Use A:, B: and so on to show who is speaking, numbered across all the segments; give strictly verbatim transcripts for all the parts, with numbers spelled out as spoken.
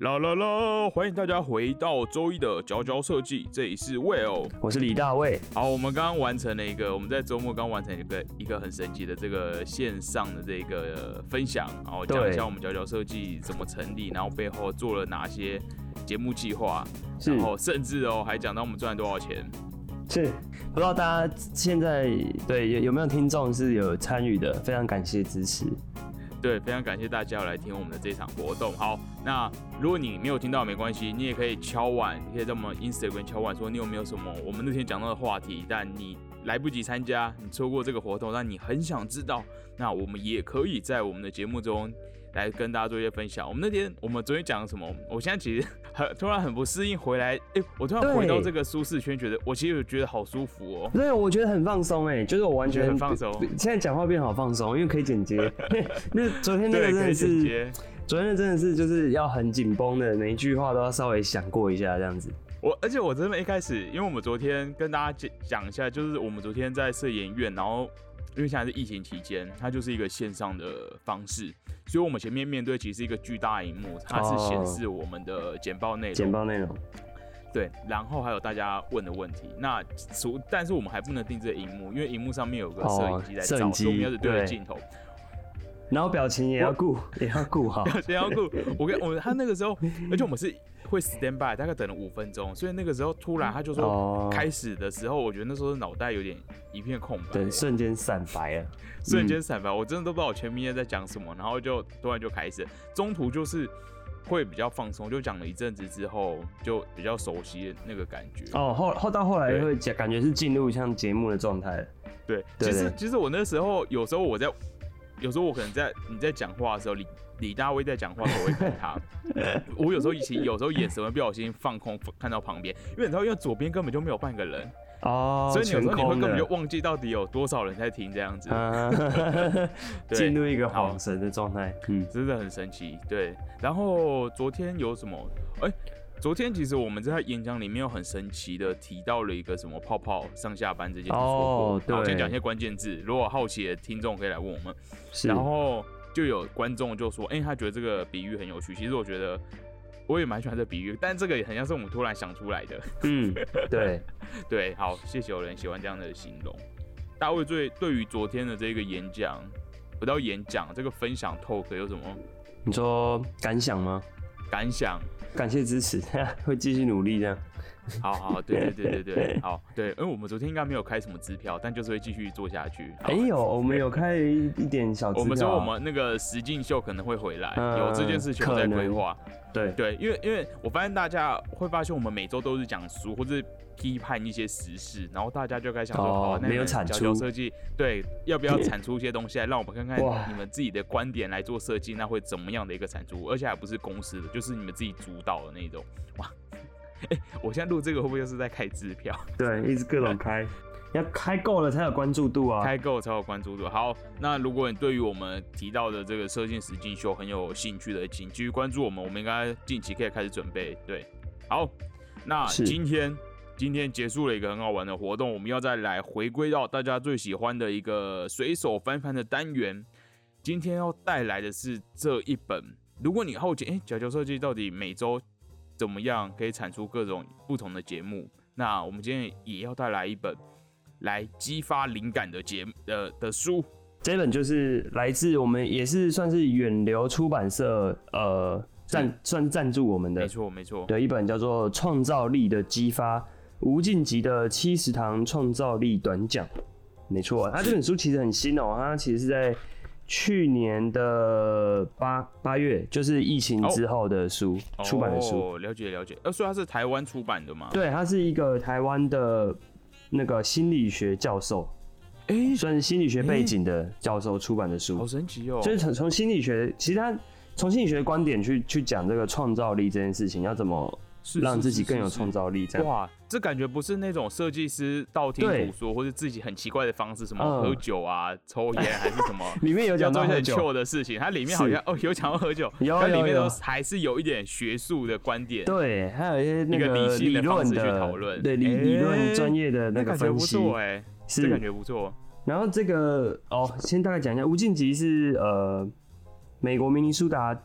A: 啦啦啦！欢迎大家回到周一的佼佼设计，这里是 Will，
B: 我是李大卫。
A: 好，我们刚刚完成了一个，我们在周末刚完成一个一个很神奇的这个线上的这个分享，然后讲一下我们佼佼设计怎么成立，然后背后做了哪些节目计划，然后甚至哦还讲到我们赚了多少钱。
B: 是，不知道大家现在对 有, 有没有听众是有参与的，非常感谢支持。
A: 对，非常感谢大家来听我们的这场活动。好，那如果你没有听到没关系，你也可以敲碗，你可以在我们 Instagram 敲碗说你有没有什么我们那天讲到的话题，但你来不及参加，你错过这个活动，但你很想知道，那我们也可以在我们的节目中来跟大家做一些分享。我们那天我们昨天讲什么？我现在其实很突然很不适应回来，哎、欸，我突然回到这个舒适圈，觉得我其实觉得好舒服哦、喔。
B: 对，我觉得很放松哎，就是我完全
A: 很放松。
B: 现在讲话变好放松，因为可以剪接。那昨天那个真的是，昨天真的是就是要很紧绷的，每一句话都要稍微想过一下这样子。
A: 我而且我真的一开始，因为我们昨天跟大家讲一下，就是我们昨天在社研院，然后因为现在是疫情期间，它就是一个线上的方式，所以我们前面面对其实是一个巨大的萤幕，它是显示我们的简报内容。
B: 简报内容。
A: 对，然后还有大家问的问题。那除但是我们还不能定这个萤幕，因为萤幕上面有个摄影机在照，所以我们要是对着镜头。
B: 然后表情也要顾，也要顾好。
A: 表情要顾。我跟我他那个时候，而且我们是会 stand by， 大概等了五分钟，所以那个时候突然他就说开始的时候，我觉得那时候脑袋有点一片空白，
B: 对，瞬间闪白了，
A: 瞬间闪白，我真的都不知道我前面在讲什么，然后就突然就开始，中途就是会比较放松，就讲了一阵子之后，就比较熟悉的那个感觉。
B: 哦，后后到后来会感觉是进入像节目的状态了。
A: 对，其实其实我那时候有时候我在。有时候我可能在你在讲话的时候，李李大卫在讲话的时候，我会看他。我有时候其实有时候眼神会不小心放空，看到旁边，因为你知道，因为左边根本就没有半个人
B: 哦，
A: 所以你有时候你会根本就忘记到底有多少人在听这样子，
B: 进入一个恍神的状态，
A: 嗯，真的很神奇。对，然后昨天有什么？哎、欸。昨天其实我们在演讲里面有很神奇的提到了一个什么泡泡上下班这件事
B: 哦，对，
A: 好，先讲一些关键字，如果好奇的听众可以来问我们。
B: 是，
A: 然后就有观众就说，哎、欸，他觉得这个比喻很有趣。其实我觉得我也蛮喜欢这个比喻，但这个也很像是我们突然想出来的。
B: 嗯，对，
A: 对，好，谢谢有人喜欢这样的形容。大卫最对于昨天的这个演讲，不到演讲这个分享 talk 有什么？
B: 你说感想吗？
A: 感想。
B: 感谢支持，会继续努力这样。
A: 好好，对对对对对，好对，因为我们昨天应该没有开什么支票，但就是会继续做下去。
B: 哎、欸、有，我们有开一点小支票。
A: 我们说我们那个实境秀可能会回来，嗯、有这件事情在规划。
B: 对
A: 对，因为因为我发现大家会发现我们每周都是讲书或者批判一些时事，然后大家就该想说，
B: 哦，
A: 哦，那
B: 没有产出，
A: 佼佼设计，对，要不要产出一些东西来让我们看看你们自己的观点来做设计，那会怎么样的一个产出？而且还不是公司的，就是你们自己主导的那种，哇！哎、欸，我现在录这个会不会又是在开支票？
B: 对，一直各种开。要开够了才有关注度啊！
A: 开够才有关注度。好，那如果你对于我们提到的这个射线实境秀很有兴趣的，请继续关注我们。我们应该近期可以开始准备。对，好，那今天今天结束了一个很好玩的活动，我们要再来回归到大家最喜欢的一个随手翻翻的单元。今天要带来的是这一本。如果你好奇，哎、欸，佼佼设计到底每周怎么样可以产出各种不同的节目？那我们今天也要带来一本。来激发灵感的节呃的书，
B: 这本就是来自我们也是算是远流出版社呃赞算赞助我们的，
A: 没错没错，
B: 的一本叫做《创造力的激发》吴敬吉的七十堂创造力短讲，没错，他这本书其实很新哦，他其实是在去年的八八月，就是疫情之后的书、哦、出版的书，
A: 哦，了解了解，呃，所以它是台湾出版的吗？
B: 对，它是一个台湾的。那个心理学教授，哎、欸，算是心理学背景的教授出版的书，
A: 好神奇哦！
B: 就是从从心理学，其实他从心理学的观点去去讲这个创造力这件事情，要怎么让自己更有创造力？这样
A: 哇，这感觉不是那种设计师道听途说，或者自己很奇怪的方式，什么喝酒啊、嗯、抽烟还是什么，
B: 里面有讲到喝酒，
A: 做一些很糗的事情，它里面好像哦有讲到喝酒，
B: 有
A: 但里面都还是有一点学术的观点，
B: 对，还有一些那个
A: 理性的方式去讨论，
B: 对理理论专业的那个分析，
A: 那感觉不错哎、欸，这感觉不错。
B: 然后这个哦，先大概讲一下，吴敬吉是呃美国明尼苏达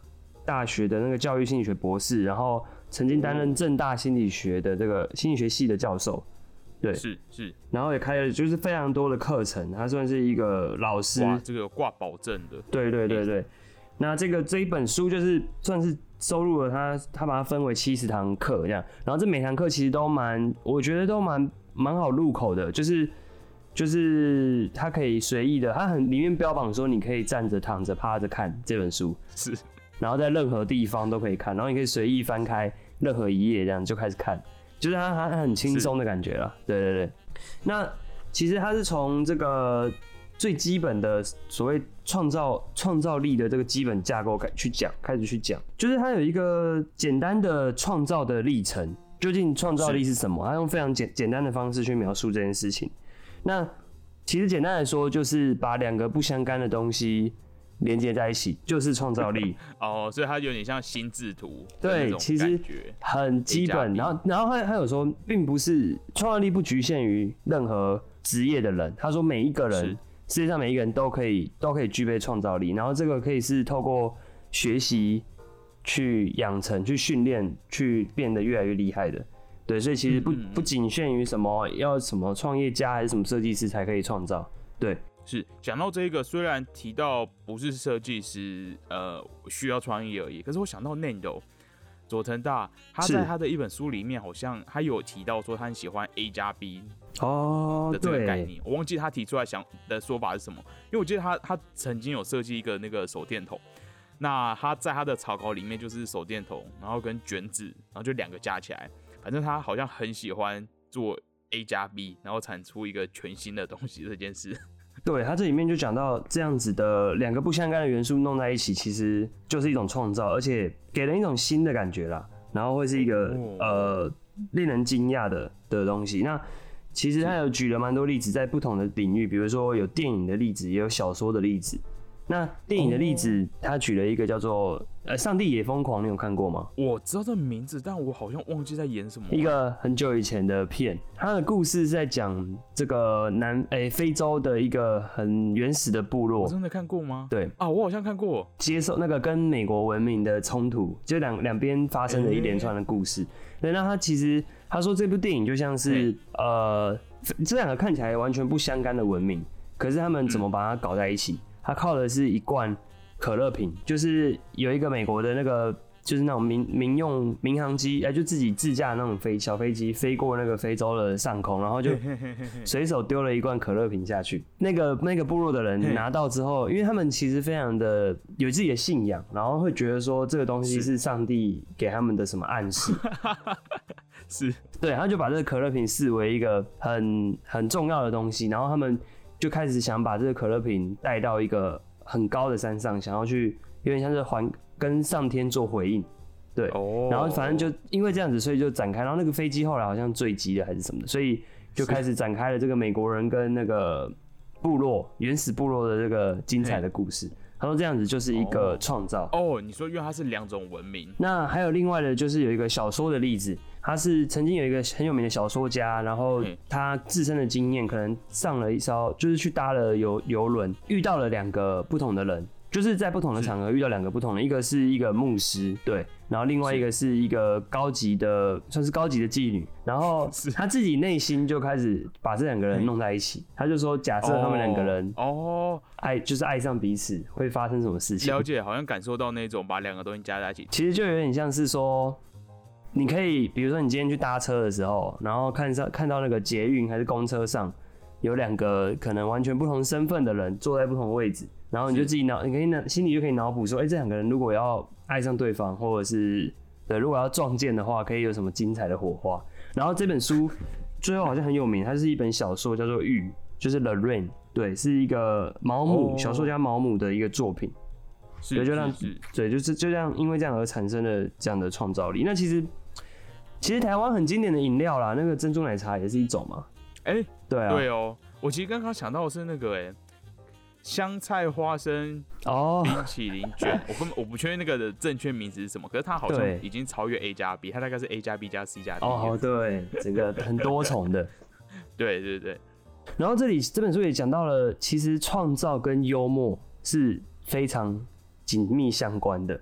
B: 大学的那个教育心理学博士，然后曾经担任政大心理学的这个心理学系的教授。对，
A: 是是，
B: 然后也开了就是非常多的课程，他算是一个老师。
A: 哇，这个有挂保证的。
B: 对对对对，那这个这一本书就是算是收录了他，他把它分为七十堂课这样，然后这每堂课其实都蛮，我觉得都蛮蛮好入口的，就是就是它可以随意的，它很里面标榜说你可以站着、躺着、趴着看这本书，
A: 是，
B: 然后在任何地方都可以看，然后你可以随意翻开任何一页这样就开始看。就是它它很轻松的感觉啦，对对对。那其实它是从这个最基本的所谓创造创造力的这个基本架构去讲，开始去讲，就是它有一个简单的创造的历程。究竟创造力是什么？它用非常简简单的方式去描述这件事情。那其实简单来说，就是把两个不相干的东西连接在一起，就是创造力。
A: 哦，所以它有点像心智图。
B: 对，其实很基本。然后，然后他他有说，并不是创造力不局限于任何职业的人。他说，每一个人，世界上每一个人都可以都可以具备创造力。然后这个可以是透过学习去养成、去训练、去变得越来越厉害的。对，所以其实不不仅限于什么要什么创业家还是什么设计师才可以创造。对。
A: 是讲到这个，虽然提到不是设计师，呃，需要创意而已，可是我想到 Nando 佐藤大，他在他的一本书里面，好像他有提到说他很喜欢 A 加 B
B: 哦
A: 的这个概念，我忘记他提出来想的说法是什么，因为我记得他他曾经有设计一个那个手电筒，那他在他的草稿里面就是手电筒，然后跟卷纸，然后就两个加起来，反正他好像很喜欢做 A 加 B， 然后产出一个全新的东西这件事。
B: 对，他这里面就讲到这样子的两个不相干的元素弄在一起，其实就是一种创造，而且给人一种新的感觉啦。然后会是一个、哦、呃令人惊讶的的东西。那其实他有举了蛮多例子，在不同的领域，比如说有电影的例子，也有小说的例子。那电影的例子，他举了一个叫做呃《上帝也疯狂》，你有看过吗？
A: 我知道这名字，但我好像忘记在演什么。
B: 一个很久以前的片，它的故事是在讲这个南诶、欸、非洲的一个很原始的部落。
A: 我真的看过吗？
B: 对
A: 啊，我好像看过。
B: 接受那个跟美国文明的冲突，就两两边发生的一连串的故事。欸、对，那他其实他说这部电影就像是、欸、呃这两个看起来完全不相干的文明，可是他们怎么把它搞在一起？嗯，他靠的是一罐可乐瓶，就是有一个美国的那个，就是那种民民用民航机，哎，就自己自驾的那种飞小飞机飞过那个非洲的上空，然后就随手丢了一罐可乐瓶下去。那个那个部落的人拿到之后，因为他们其实非常的有自己的信仰，然后会觉得说这个东西是上帝给他们的什么暗示。
A: 是，
B: 对，他就把这个可乐瓶视为一个很很重要的东西，然后他们就开始想把这个可乐瓶带到一个很高的山上，想要去有点像是还跟上天做回应，对， oh. 然后反正就因为这样子，所以就展开，然后那个飞机后来好像坠机了还是什么的，所以就开始展开了这个美国人跟那个部落原始部落的这个精彩的故事。他说这样子就是一个创造
A: 哦。Oh. Oh, 你说因为它是两种文明，
B: 那还有另外的就是有一个小说的例子。他是曾经有一个很有名的小说家，然后他自身的经验可能上了一艘，就是去搭了游游轮，遇到了两个不同的人，就是在不同的场合遇到两个不同的，一个是一个牧师，对，然后另外一个是一个高级的，算是高级的妓女，然后他自己内心就开始把这两个人弄在一起，他就说，假设他们两个人哦爱就是爱上彼此，会发生什么事情？
A: 了解，好像感受到那种把两个东西加在一起，
B: 其实就有点像是说。你可以，比如说你今天去搭车的时候，然后看上看到那个捷运还是公车上有两个可能完全不同身份的人坐在不同位置，然后你就自己脑，你可以心里就可以脑补说，哎、欸，这两个人如果要爱上对方，或者是对，如果要撞见的话，可以有什么精彩的火花。然后这本书最后好像很有名，它是一本小说，叫做《玉》，就是 The Rain， 对，是一个毛姆、oh. 小说家毛姆的一个作品。对，就让对，就是就这样，因为这样而产生了这样的创造力。那其实，其实台湾很经典的饮料啦，那个珍珠奶茶也是一种嘛。
A: 哎、欸，
B: 对啊，
A: 对哦。我其实刚刚想到的是那个哎、欸，香菜花生哦冰淇淋卷， oh. 我根本我不确定那个的正确名字是什么，可是它好像已经超越 A 加 B， 它大概是 A 加 B 加 C 加 D。
B: 哦，对，整个很多重的。
A: 对对对。
B: 然后这里这本书也讲到了，其实创造跟幽默是非常紧密相关的。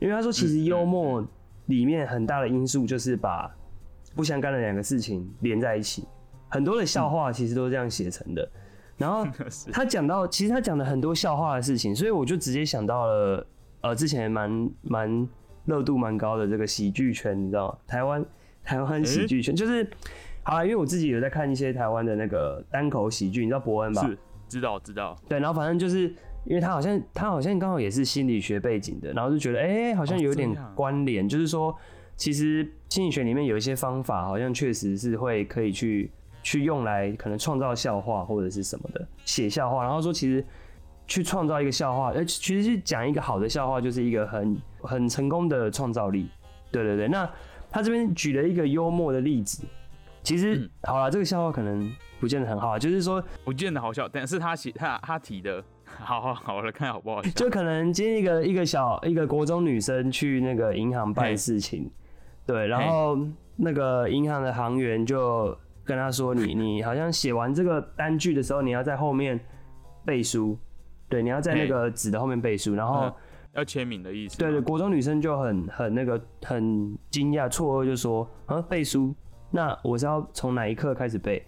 B: 因为他说其实幽默里面很大的因素就是把不相干的两个事情连在一起，很多的笑话其实都是这样写成的。然后他讲到，其实他讲了很多笑话的事情，所以我就直接想到了，呃，之前蛮蛮热度蛮高的这个喜剧圈，你知道吗？台湾台湾喜剧圈、欸、就是，好啦，因为我自己有在看一些台湾的那个单口喜剧，你知道伯恩吧？
A: 是，知道知道。
B: 对，然后反正就是因为他好像他好像刚好也是心理学背景的，然后就觉得哎、欸，好像有点关联、哦，就是说其实心理学里面有一些方法，好像确实是会可以去。去用来可能创造笑话或者是什么的写笑话，然后说其实去创造一个笑话，呃，其实去讲一个好的笑话就是一个很很成功的创造力。对对对，那他这边举了一个幽默的例子，其实、嗯、好啦，这个笑话可能不见得很好，就是说
A: 不见得好笑，但是他写他他提的，好好好，我来看好不好笑。
B: 就可能今天一个一个小一个国中女生去那个银行办事情，对，然后那个银行的行员就。跟他说你，你你好像写完这个单句的时候，你要在后面背书，对，你要在那个纸的后面背书，然后、嗯、
A: 要签名的意思。
B: 对对，国中女生就很很那个很惊讶错愕，就说啊背书，那我是要从哪一课开始背？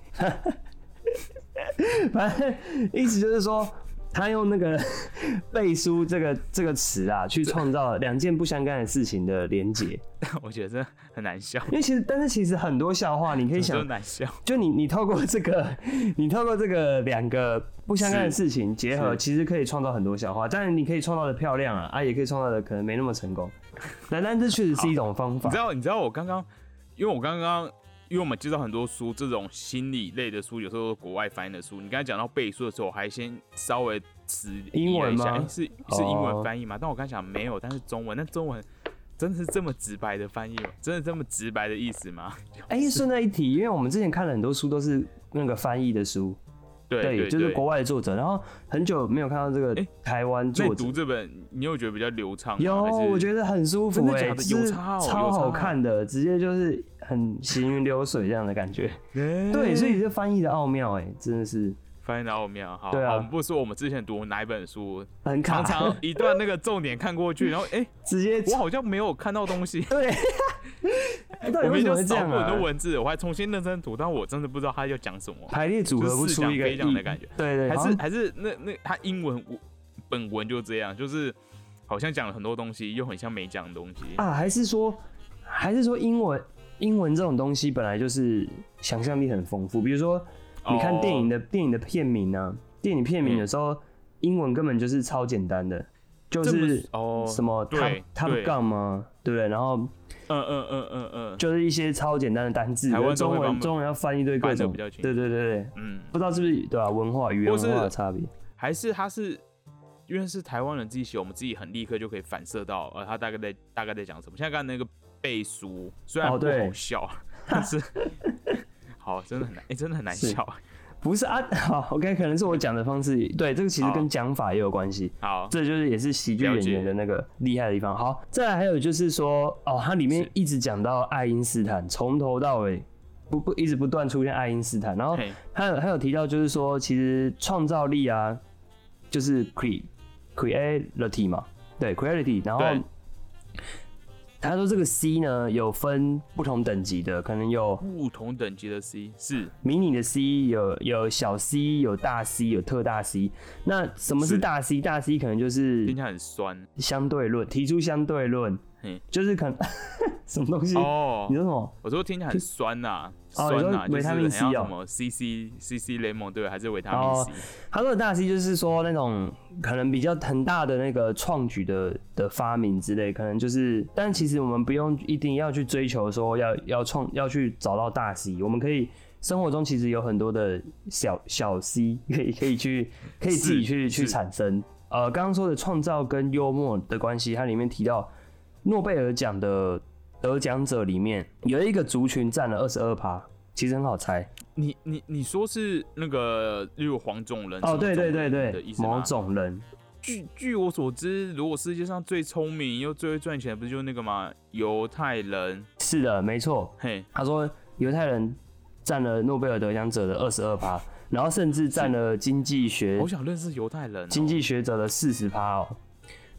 B: 反正意思就是说。他用那个背书这个这个词啊，去创造两件不相干的事情的连结。
A: 我觉得这很难笑，
B: 因为其实，但是其实很多笑话，你可以想，
A: 难笑。
B: 就你你透过这个，你透过这个两个不相干的事情结合，其实可以创造很多笑话。当然，你可以创造的漂亮啊，啊，也可以创造的可能没那么成功。但但这确实是一种方法。
A: 你知道，你知道我刚刚，因为我刚刚。因为我们介绍很多书，这种心理类的书，有时候国外翻译的书。你刚才讲到背书的时候，我还先稍微词
B: 英文吗？
A: 欸、是是英文翻译吗？ Oh. 但我刚想没有，但是中文，那中文真的是这么直白的翻译吗？真的这么直白的意思吗？
B: 哎、欸，顺带一提，因为我们之前看了很多书，都是那个翻译的书。
A: 对, 对, 对，
B: 就是国外的作者，然后很久没有看到这个台湾作者。
A: 读这本，你有觉得比较流畅吗？
B: 有，我觉得很舒服、欸，
A: 真的假的？有差、哦，
B: 超好看的，直接就是很行云流水这样的感觉。欸、对，所以这翻译的奥妙，哎，真的是
A: 翻译的奥妙。好，
B: 对啊，
A: 好我们不说我们之前读哪一本书，
B: 很卡
A: 常常一段那个重点看过去，然后哎、欸，
B: 直接
A: 我好像没有看到东西。
B: 对。
A: 我明明就扫过很多文字，我还重新认真读，但我真的不知道他要讲什么，
B: 排列组合不出一个
A: 这样的感觉。
B: 对 对,
A: 对，还是还是那那他英文本文就这样，就是好像讲了很多东西，又很像没讲的东西
B: 啊？还是说还是说英文英文这种东西本来就是想象力很丰富？比如说你看电影的、哦、电影的片名啊，电影片名有时候、嗯、英文根本就是超简单的，就是哦什么 Top Top Gun 吗？对不对？然后
A: 嗯嗯嗯嗯嗯，
B: 就是一些超简单的单字，中文中文要翻一堆各种，对对对对，嗯，不知道是不是对吧、啊？文化语言文化的差别，
A: 还是他是因为是台湾人自己写，我们自己很立刻就可以反射到，呃，他大概在大概在讲什么。像刚才那个背书，虽然不好笑，哦、但是好真的很难，哎、欸，真的很难笑。
B: 不是啊，好 ，OK， 可能是我讲的方式，对，这个其实跟讲法也有关系。
A: 好，
B: 这就是也是喜剧演员的那个厉害的地方。好，再来还有就是说，哦，它里面一直讲到爱因斯坦，从头到尾不不一直不断出现爱因斯坦，然后还有还有提到就是说，其实创造力啊，就是 cre creativity 嘛，对 creativity， 然后。他说：“这个 C 呢，有分不同等级的，可能有
A: 不同等级的 C 是
B: 迷你的 C， 有有小 C， 有大 C， 有特大 C。那什么是大 C？ 大 C 可能就是
A: 听起来很酸，
B: 相对论，提出相对论，就是可能什么东西？哦，你说什么？
A: 我说听起来很酸呐、啊，酸呐、啊，
B: 维他命 C 哦，
A: 什么 C C C C lemon 对，还是维他命 C？、哦、
B: 他说的大 C 就是说那种可能比较很大的那个创举的的发明之类，可能就是，但其实我们不用一定要去追求说要要创要去找到大 C， 我们可以生活中其实有很多的小小 C 可以可以去可以自己去去产生。呃，刚刚说的创造跟幽默的关系，它里面提到诺贝尔奖的得奖者里面有一个族群占了 百分之二十二， 其实很好猜。
A: 你你你说是那个例如黄种人
B: 哦，对对对对，某种人。
A: 据据我所知，如果世界上最聪明又最会赚钱的，不是就是那个吗？犹太人。
B: 是的，没错。嘿，他说犹太人占了诺贝尔得奖者的 百分之二十二， 然后甚至占了经济学。
A: 我想认识犹太人、哦。
B: 经济学者的 百分之四十 哦。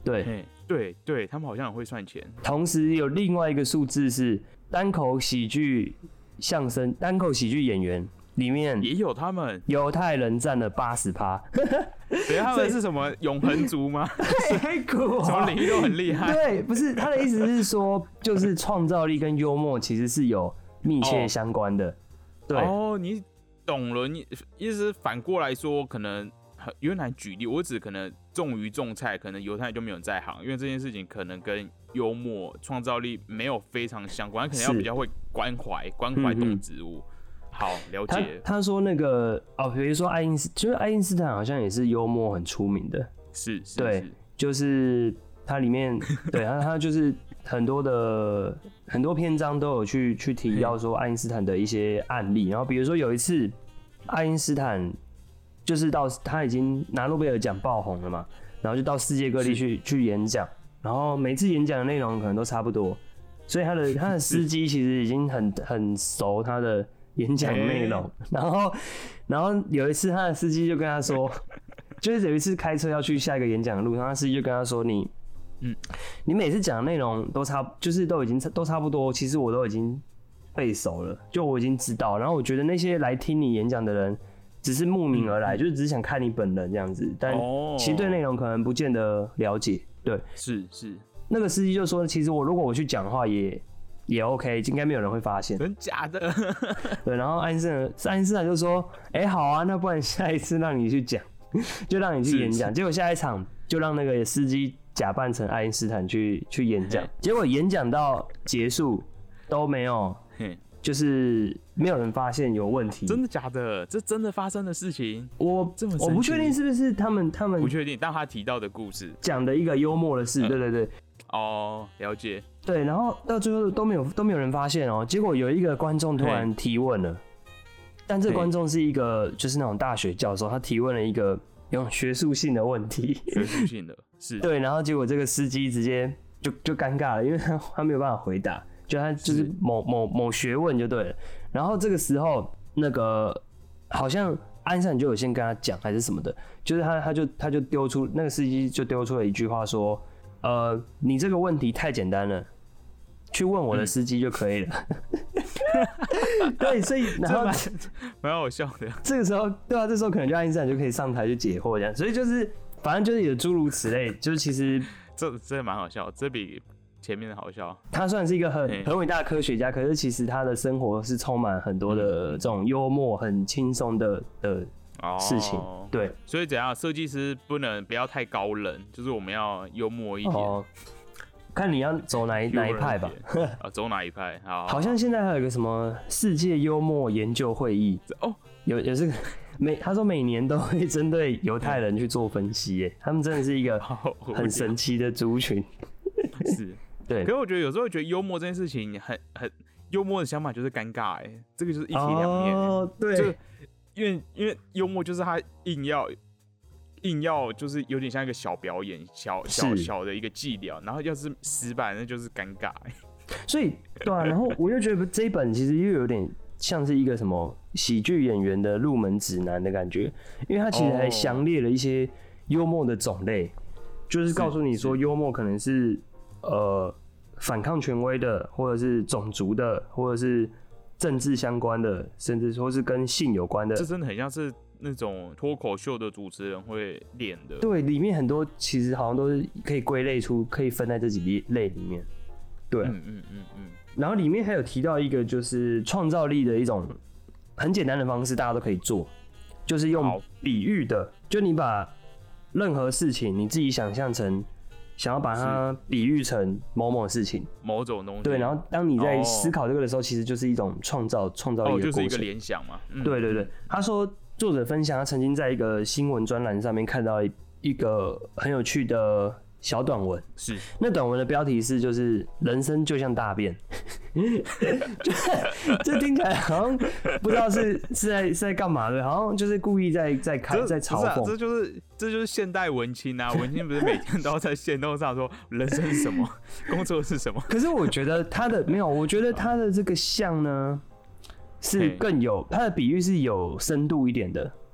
B: 对
A: 对对，他们好像很会算钱。
B: 同时有另外一个数字是单口喜剧相声、单口喜剧演员里面
A: 也有他们，
B: 犹太人占了八十趴。
A: 对，他们是什么永恒族吗？
B: 太酷、啊，
A: 什么领域都很厉害。
B: 对，不是他的意思是说，就是创造力跟幽默其实是有密切相关的。哦、对
A: 哦，你懂了，你意思是反过来说，可能有点难举例。我只可能重于种菜，可能犹太人就没有在行，因为这件事情可能跟幽默创造力没有非常相关，可能要比较会关怀关怀动植物。嗯好，了解。
B: 他他说那个哦，比如说爱因斯，就是爱因斯坦好像也是幽默很出名的，
A: 是，是
B: 对，
A: 是
B: 就是他里面对他他就是很多的很多篇章都有去去提到说爱因斯坦的一些案例，然后比如说有一次爱因斯坦就是到他已经拿诺贝尔奖爆红了嘛，然后就到世界各地去去演讲，然后每次演讲的内容可能都差不多，所以他的他的司机其实已经很很熟他的演讲内容，然后，然后有一次他的司机就跟他说，就是有一次开车要去下一个演讲的路上，他司机就跟他说：“你，嗯，你每次讲的内容都差，就是都已经都差不多，其实我都已经背熟了，就我已经知道。然后我觉得那些来听你演讲的人，只是慕名而来，嗯、就是只是想看你本人这样子，但其实对内容可能不见得了解。对，
A: 是是。
B: 那个司机就说，其实我如果我去讲话也。”也 OK， 应该没有人会发现。
A: 真假的？
B: 对，然后爱因斯坦，爱因斯坦就说：“哎、欸，好啊，那不然下一次让你去讲，就让你去演讲。”结果下一场就让那个司机假扮成爱因斯坦去去演讲。结果演讲到结束都没有，就是没有人发现有问题。
A: 真的假的？这真的发生的事情？
B: 我
A: 这么
B: 我不确定是不是他们他们
A: 不确定，但他提到的故事
B: 讲的一个幽默的事，嗯、对对对。
A: 哦，了解。
B: 对，然后到最后都没有都没有人发现哦。结果有一个观众突然提问了，但这个观众是一个就是那种大学教授，他提问了一个有学术性的问题，
A: 学术性的是。
B: 对，然后结果这个司机直接就就尴尬了，因为他他没有办法回答，就他就是某某某学问就对了。然后这个时候那个好像安善就有先跟他讲还是什么的，就是他他就他就丢出那个司机就丢出了一句话说。呃，你这个问题太简单了，去问我的司机就可以了。嗯、对，所以然后
A: 蛮好笑的。
B: 这个时候，对啊，这时候可能就爱因斯坦就可以上台去解惑这样，所以就是反正就是有诸如此类，就是其实
A: 这真的蛮好笑，这比前面的好笑。
B: 他虽然是一个很很伟大的科学家，可是其实他的生活是充满很多的这种幽默、很轻松的的。事情、哦、对，
A: 所以怎样？设计师不能不要太高冷，就是我们要幽默一点。哦、
B: 看你要走哪一哪一派吧。
A: 啊，走哪一派？好，
B: 好像现在还有一个什么世界幽默研究会议哦，有有这个每他说每年都会针对犹太人去做分析，耶，他们真的是一个很神奇的族群。
A: 是，
B: 对。
A: 可是我觉得有时候觉得幽默这件事情很很幽默的想法就是尴尬，哎，这个就是一体两面。
B: 哦，对。
A: 因为因为幽默就是他硬要硬要就是有点像一个小表演，小小小的一个伎俩，然后要是失败那就是尴尬。
B: 所以对啊，然后我就觉得这一本其实又有点像是一个什么喜剧演员的入门指南的感觉，因为他其实还详列了一些幽默的种类，就是告诉你说幽默可能是呃反抗权威的，或者是种族的，或者是。政治相关的，甚至说是跟性有关的，
A: 这真的很像是那种脱口秀的主持人会练的。
B: 对，里面很多其实好像都是可以归类出，可以分在这几类里面。对，嗯嗯嗯嗯。然后里面还有提到一个，就是创造力的一种很简单的方式，大家都可以做，就是用比喻的，就你把任何事情你自己想象成。想要把它比喻成某某事情，
A: 某种东西。
B: 对，然后当你在思考这个的时候，哦、其实就是一种创造创造力的过程。
A: 哦，就是一个联想嘛。
B: 嗯、对对对，他说作者分享，他曾经在一个新闻专栏上面看到一个很有趣的小短文。
A: 是，
B: 那短文的标题是就是人生就像大便，就这听起来好像不知道是是在是在干嘛的，好像就是故意在在开在嘲讽。
A: 这就是这就是现代文青啊！文青不是每天都要在线动上说人生是什么，工作是什么？
B: 可是我觉得他的没有，我觉得他的这个像呢是更有他的比喻是有深度一点的。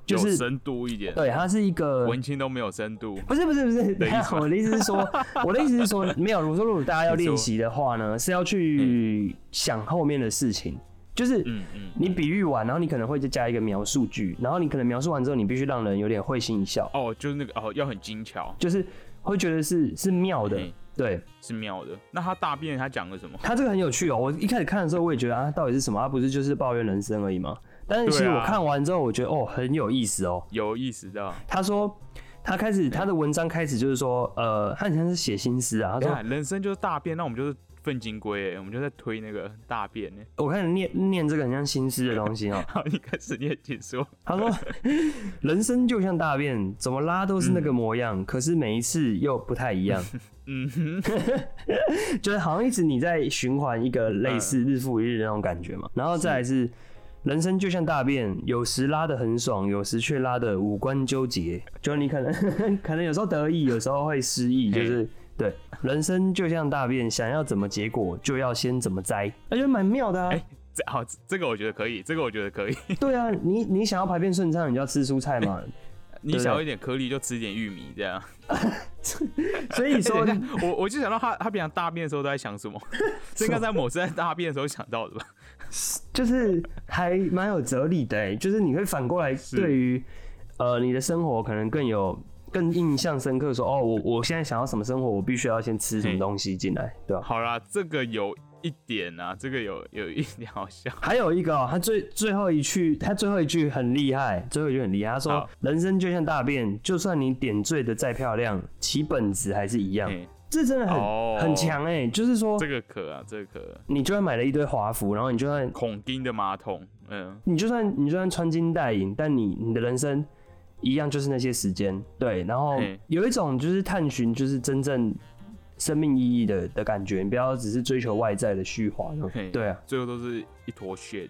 B: 就是
A: 有深度一点。
B: 对，它是一个
A: 文青都没有深度。
B: 不是不是不是，我的意思是说，我的意思是说，没有。我说如果大家要练习的话呢，是要去想后面的事情。就是你比喻完，然后你可能会再加一个描述句，然后你可能描述完之后，你必须让人有点会心一笑。
A: 哦，就是那个哦，要很精巧，
B: 就是会觉得是是妙的，对，
A: 是妙的。那他大便他讲了什么？
B: 他这个很有趣哦。我一开始看的时候，我也觉得啊，到底是什么？他不是就是抱怨人生而已吗？但是其实我看完之后，我觉得哦，很有意思哦，
A: 有意思的。
B: 他说。他开始，他的文章开始就是说，呃，他很像是写心思啊。他说，
A: 人生就是大便，那我们就是粪金龟，我们就在推那个大便。
B: 我开始念念这个很像心思的东西哦。
A: 好，你开始念，请说。
B: 他说，人生就像大便，怎么拉都是那个模样，嗯、可是每一次又不太一样。嗯哼，就是好像一直你在循环一个类似日复一日的那种感觉嘛。然后再来是。人生就像大便，有时拉得很爽，有时却拉得五官纠结。就是你可能可能有时候得意，有时候会失意，就是对。人生就像大便，想要怎么结果，就要先怎么摘，我觉得蛮妙的啊。
A: 哎、欸，这好，这个我觉得可以，这个我觉得可以。
B: 对啊，你你想要排便顺畅，你就要吃蔬菜嘛。
A: 你想要一点颗粒，就吃一点玉米这样。
B: 所以说，
A: 我我就想到他他平常大便的时候都在想什么，这应该在某次在大便的时候想到的吧？
B: 就是还蛮有哲理的、欸，就是你会反过来对于呃你的生活可能更有更印象深刻说，说哦，我我现在想要什么生活，我必须要先吃什么东西进来，对吧？
A: 好啦，这个有一点啊，这个有有一点好笑。
B: 还有一个、喔，他最最后一句，他最后一句很厉害，最后一句很厉害。他说：“人生就像大便，就算你点缀的再漂亮，其本质还是一样。”这真的很、哦、很强哎、欸，就是说
A: 这个可啊，这个可。
B: 你就算买了一堆华服，然后你就算
A: 孔丁的马桶，嗯，
B: 你就算你就算穿金戴银，但你你的人生一样就是那些时间，对。然后有一种就是探寻，就是真正生命意义的的感觉，你不要只是追求外在的虚华，对啊，
A: 最后都是一坨 shit。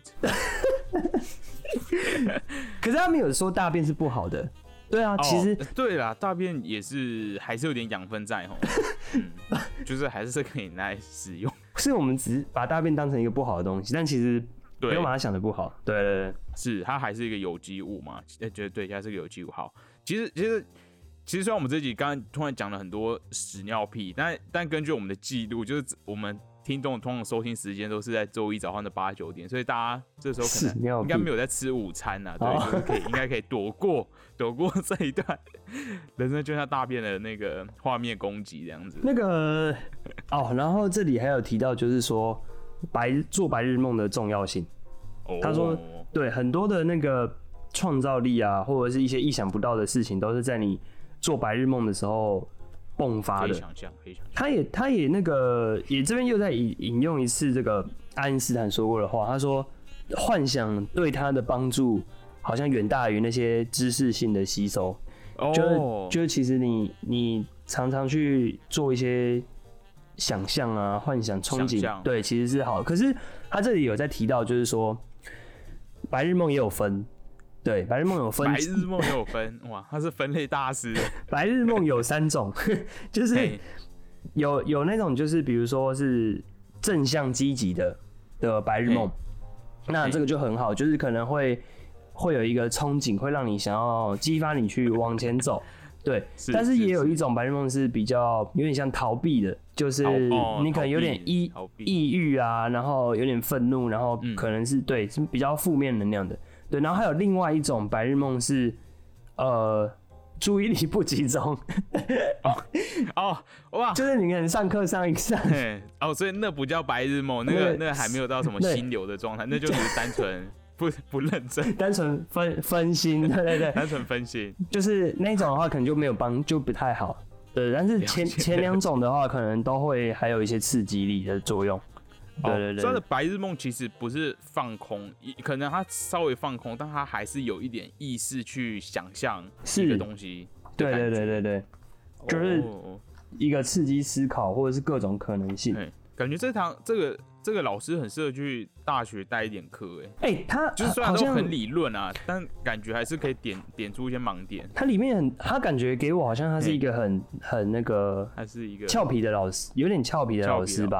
B: 可是他们有说大便是不好的。对啊，其实、
A: 哦、对啦，大便也是还是有点养分在吼、嗯，就是还是可以拿来使用。
B: 是我们只是把大便当成一个不好的东西，但其实不用把它想的不好。对对对，
A: 是它还是一个有机物嘛？哎、欸，对，它是个有机物。好，其实其实其实虽然我们这集刚刚突然讲了很多屎尿屁，但但根据我们的记录，就是我们听众通常收听时间都是在周一早上的八九点，所以大家这时候可能应该没有在吃午餐呐、啊，对，哦、就是可以应该可以躲过躲过这一段人生就像大便的那个画面攻击这样子。
B: 那个哦，然后这里还有提到就是说白做白日梦的重要性。哦、他说，对很多的那个创造力啊，或者是一些意想不到的事情，都是在你做白日梦的时候迸发的。
A: 可以想象，可以想象。
B: 他也他也那个也这边又在引用一次这个爱因斯坦说过的话，他说幻想对他的帮助好像远大于那些知识性的吸收。哦、就是就是其实你你常常去做一些想象啊、幻想、憧憬，对，其实是好的。可是他这里有在提到，就是说白日梦也有分。对，白日梦有分，
A: 白日梦也有分，哇，他是分类大师。
B: 白日梦有三种，就是有有那种就是比如说是正向积极的的白日梦，那这个就很好，就是可能会会有一个憧憬，会让你想要激发你去往前走。对，是但是也有一种白日梦是比较有点像逃避的，就是你可能有点抑抑郁啊，然后有点愤怒，然后可能是、嗯、对是比较负面能量的。对，然后还有另外一种白日梦是，呃，注意力不集中。
A: 哦哦哇，
B: 就是你可能上课上一上，
A: 哦，所以那不叫白日梦，那个那个还没有到什么心流的状态，那就是单纯不不认真，
B: 单纯分分心，对对对，
A: 单纯分心，
B: 就是那种的话可能就没有帮，就不太好。对，但是前前两种的话，可能都会还有一些刺激力的作用。对对对，
A: 他、哦、的白日梦其实不是放空，可能他稍微放空，但他还是有一点意识去想象一个东西。
B: 对对对对对，就是一个刺激思考，或者是各种可能性。
A: 欸、感觉这堂这个这个老师很适合去大学带一点课，哎，
B: 哎，他
A: 就是虽然都很理论啊，但感觉还是可以点点出一些盲点。
B: 他里面很，他感觉给我好像他是一个很、欸、很那个，
A: 他是一个
B: 俏皮的老师，有点俏皮的老师吧。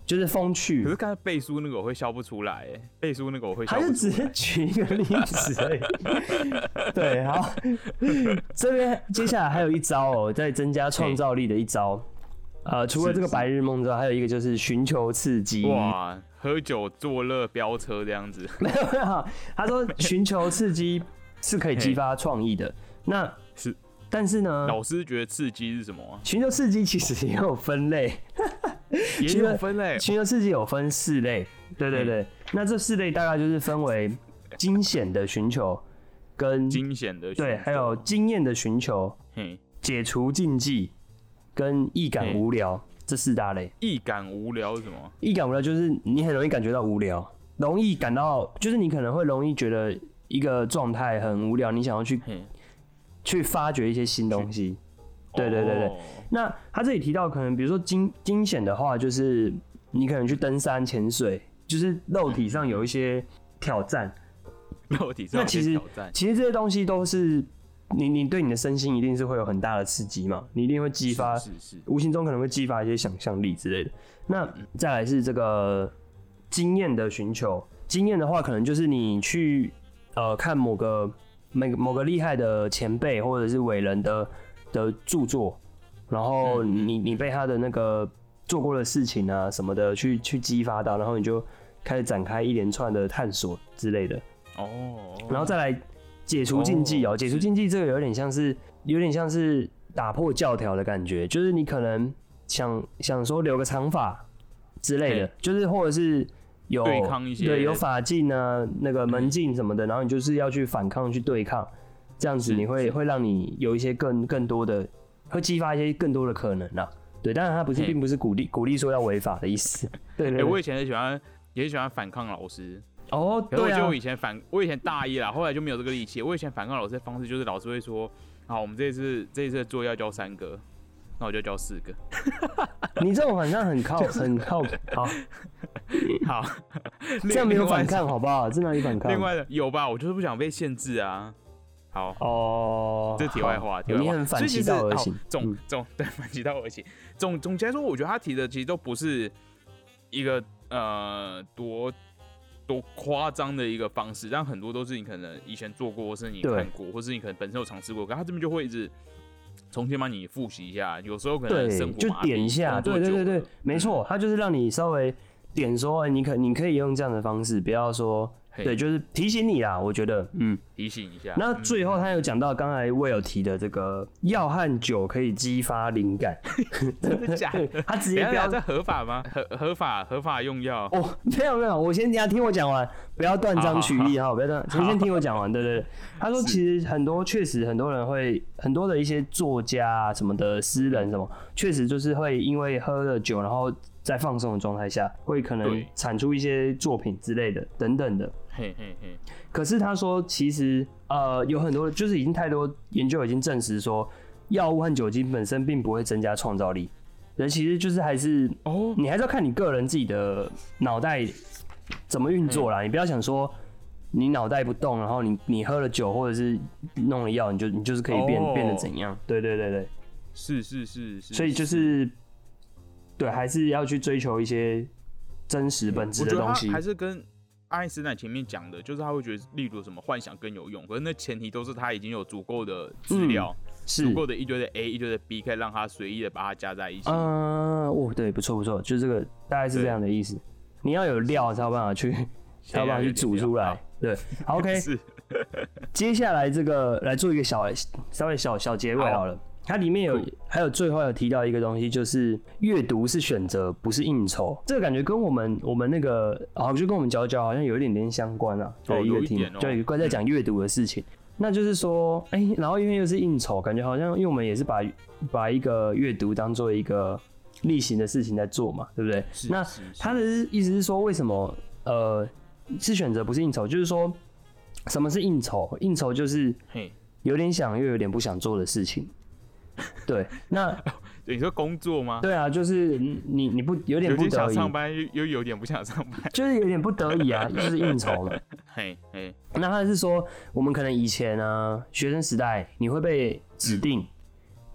B: 就是风趣。
A: 可是刚才背书那个我会笑不出来，哎，背书那个我会笑不出来。
B: 他就只是举一个例子而已。对，好，这边接下来还有一招哦，在增加创造力的一招。呃，除了这个白日梦之外，还有一个就是寻求刺激。
A: 哇，喝酒作乐飙车这样子？
B: 没有没有，他说寻求刺激是可以激发创意的。那
A: 是。
B: 但是呢，
A: 老师觉得刺激是什么啊？
B: 寻求刺激其实也有分类，
A: 也有分类。
B: 寻求刺激有分四类，对对对。嗯、那这四类大概就是分为惊险的寻求，跟
A: 惊险的寻求
B: 对，还有经验的寻求，解除禁忌，跟易感无聊这四大类。
A: 易感无聊是什么？
B: 易感无聊就是你很容易感觉到无聊，容易感到就是你可能会容易觉得一个状态很无聊，你想要去。去发掘一些新东西，对对对对。Oh. 那他这里提到，可能比如说惊惊险的话，就是你可能去登山、潜水，就是肉体上有一些挑战。
A: 肉体上有一些挑战。
B: 其实这些东西都是你你对你的身心一定是会有很大的刺激嘛，你一定会激发，
A: 是是是，
B: 无形中可能会激发一些想象力之类的。那再来是这个经验的寻求，经验的话，可能就是你去呃看某个。某某个厉害的前辈或者是伟人的的著作，然后你你被他的那个做过的事情啊什么的去去激发到，然后你就开始展开一连串的探索之类的。哦，然后再来解除禁忌哦，解除禁忌这个有点像是有点像是打破教条的感觉，就是你可能想想说留个长发之类的，就是或者是。有
A: 对抗一些
B: 对有法镜啊，那个门禁什么的，然后你就是要去反抗去对抗，这样子你会会让你有一些更更多的，会激发一些更多的可能啦。对，当然它不是并不是鼓励鼓励说要违法的意思。对对, 對、欸。
A: 我以前很喜欢也喜欢反抗老师。
B: 哦，对啊。
A: 我就以前反我以前大一啦，后来就没有这个力气。我以前反抗老师的方式就是老师会说，好，我们这一次这一次的作业要交三个。那我就交四个。
B: 你这种好像很靠很靠好，
A: 好，
B: 这样没有反抗好不好？这哪里反抗？
A: 另外的有吧，我就是不想被限制啊。好
B: 哦，
A: 这题外话，题外话。
B: 你很反其道而行。
A: 总总对，反其道而行。总总结来说，我觉得他提的其实都不是一个呃多多夸张的一个方式，但很多都是你可能以前做过，或是你看过，或是你可能本身有尝试过，可他这边就会一直。重新帮你复习一下，有时候可能生活
B: 就点一下，对对对对，没错，它就是让你稍微点说，你可你可以用这样的方式，不要说，对，就是提醒你啦，我觉得，嗯，
A: 提醒一下。
B: 那最后他有讲到刚才威尔提的这个药和酒可以激发灵感，
A: 真的假的？
B: 他直接标
A: 这合法吗？合合法合法用药？
B: 哦，没有没有，我先你要听我讲完，不要断章取义哈，不要断，先先听我讲完，对对对。他说其实很多确实很多人会很多的一些作家啊什么的诗人什么，确实就是会因为喝了酒，然后在放松的状态下，会可能产出一些作品之类的等等的。
A: 嘿嘿嘿。
B: 可是他说，其实呃有很多就是已经太多研究已经证实说，药物和酒精本身并不会增加创造力，人其实就是还是哦，你还是要看你个人自己的脑袋怎么运作啦。你不要想说你脑袋不动，然后你你喝了酒或者是弄了药，你就你就是可以变、哦、变得怎样？对对对对，
A: 是是是是。
B: 所以就是对，还是要去追求一些真实本质的东西。
A: 还是跟爱因斯坦前面讲的，就是他会觉得，例如什么幻想更有用，可是那前提都是他已经有足够的资料，嗯、足够的一堆的 A， 一堆的 B， 可以让他随意的把它加在一起。
B: 嗯，哦，对，不错不错，就是这个大概是这样的意思。你要有料才有办法去，才有办法去煮出来。对，好 ，OK。是。接下来这个来做一个小稍微小小结尾好了。它里面有还有最后有提到一个东西，就是阅读是选择，不是应酬。这个感觉跟我们我们那个啊，就跟我们佼佼好像有一点点相关啊。
A: 对，
B: 一个题目，就有一个在讲阅读的事情。嗯、那就是说，哎、欸，然后因为又是应酬，感觉好像因为我们也是把把一个阅读当做一个例行的事情在做嘛，对不对？那他的意思是说，为什么呃是选择不是应酬？就是说什么是应酬？应酬就是有点想又有点不想做的事情。对，那
A: 你说工作吗？
B: 对啊，就是你你不有点不得已，有点
A: 想上班，又有点不想上班，
B: 就是有点不得已啊，就是应酬嘛。
A: 嘿，嘿，那
B: 他是说，我们可能以前呢、啊，学生时代你会被指定，嗯、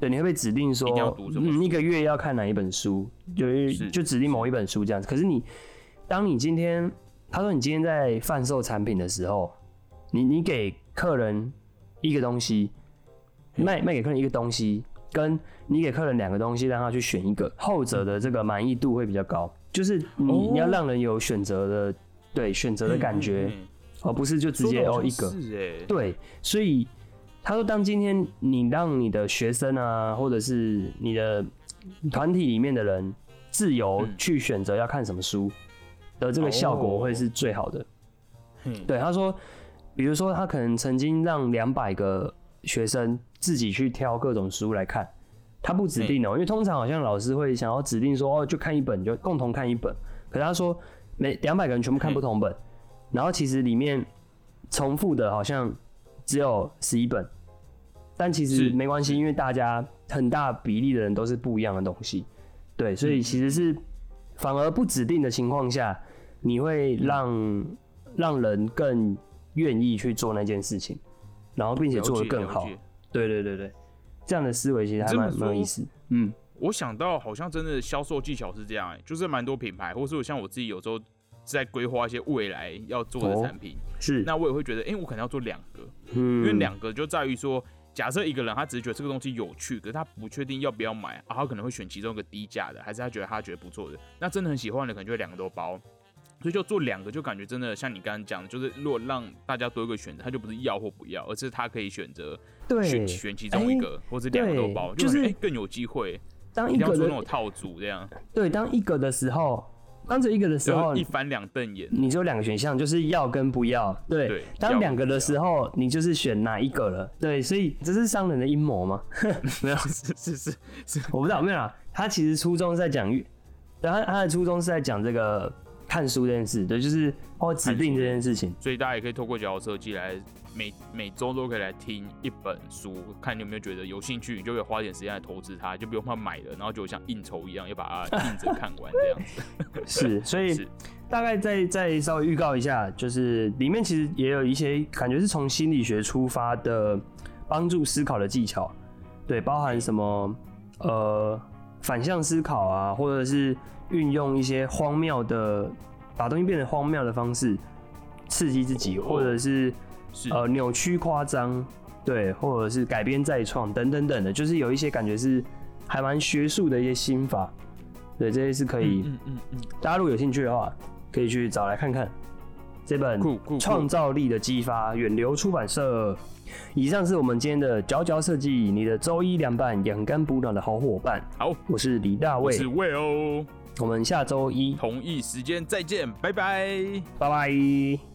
B: 对，你会被指定说，嗯，一个月要看哪一本书，就就指定某一本书这样子。可是你，当你今天，他说你今天在贩售产品的时候，你你给客人一个东西，卖卖给客人一个东西，跟你给客人两个东西，让他去选一个，后者的这个满意度会比较高。就是你、哦、你要让人有选择的，对选择的感觉，而不是就直接哦一个。对，所以。他说：“当今天你让你的学生啊，或者是你的团体里面的人自由去选择要看什么书的这个效果会是最好的。哦、对，他说，比如说他可能曾经让两百个学生自己去挑各种书来看，他不指定哦、喔，因为通常好像老师会想要指定说哦，就看一本，就共同看一本。可是他说每两百个人全部看不同本，然后其实里面重复的好像只有十一本。”但其实没关系，因为大家很大比例的人都是不一样的东西，对，所以其实是反而不指定的情况下，你会让让人更愿意去做那件事情，然后并且做得更好。对对对对，这样的思维其实还蛮蛮有意思。嗯，
A: 我想到好像真的销售技巧是这样、欸，就是蛮多品牌，或是像我自己有时候在规划一些未来要做的产品，哦、
B: 是，
A: 那我也会觉得，哎、欸，我可能要做两个，嗯，因为两个就在于说。假设一个人他只是觉得这个东西有趣，可是他不确定要不要买啊，他可能会选其中一个低价的，还是他觉得他觉得不错的，那真的很喜欢的可能就会两个都包，所以就做两个就感觉真的像你刚刚讲的，就是如果让大家多一个选择，他就不是要或不要，而是他可以选择选选其中一个，欸、或是两个都包，就是哎、欸、更有机会。
B: 当一个的
A: 做那种套组这样，
B: 对，当一个的时候。当这一个的时候，
A: 一翻两瞪眼。
B: 你就两个选项，就是要跟不要。对，对当两个的时候，你就是选哪一个了。对，所以这是商人的阴谋吗？没有，
A: 是是是是，
B: 我不知道，没有啦。他其实初衷是在讲，他他的初衷是在讲这个看书这件事，对，就是或指定这件事情。
A: 所以大家也可以透过角色设计来每每周都可以来听一本书，看你有没有觉得有兴趣，你就可以花点时间来投资它，就不用怕买了，然后就像应酬一样，要把它硬着看完这样子。
B: 是，所以大概再再稍微预告一下，就是里面其实也有一些感觉是从心理学出发的帮助思考的技巧，对，包含什么呃反向思考啊，或者是运用一些荒谬的把东西变得荒谬的方式刺激自己，或者是。是呃扭曲夸张，对，或者是改编再创等等等的，就是有一些感觉是还蛮学术的一些心法，对，这些是可以，嗯嗯嗯，大家如果有兴趣的话，可以去找来看看这本《创造力的激发》，远流出版社。以上是我们今天的佼佼设计，你的周一凉拌养肝补脑的好伙伴。
A: 好，
B: 我是李大卫，
A: 我是魏欧，
B: 我们下周一
A: 同一时间再见，拜拜，
B: 拜拜。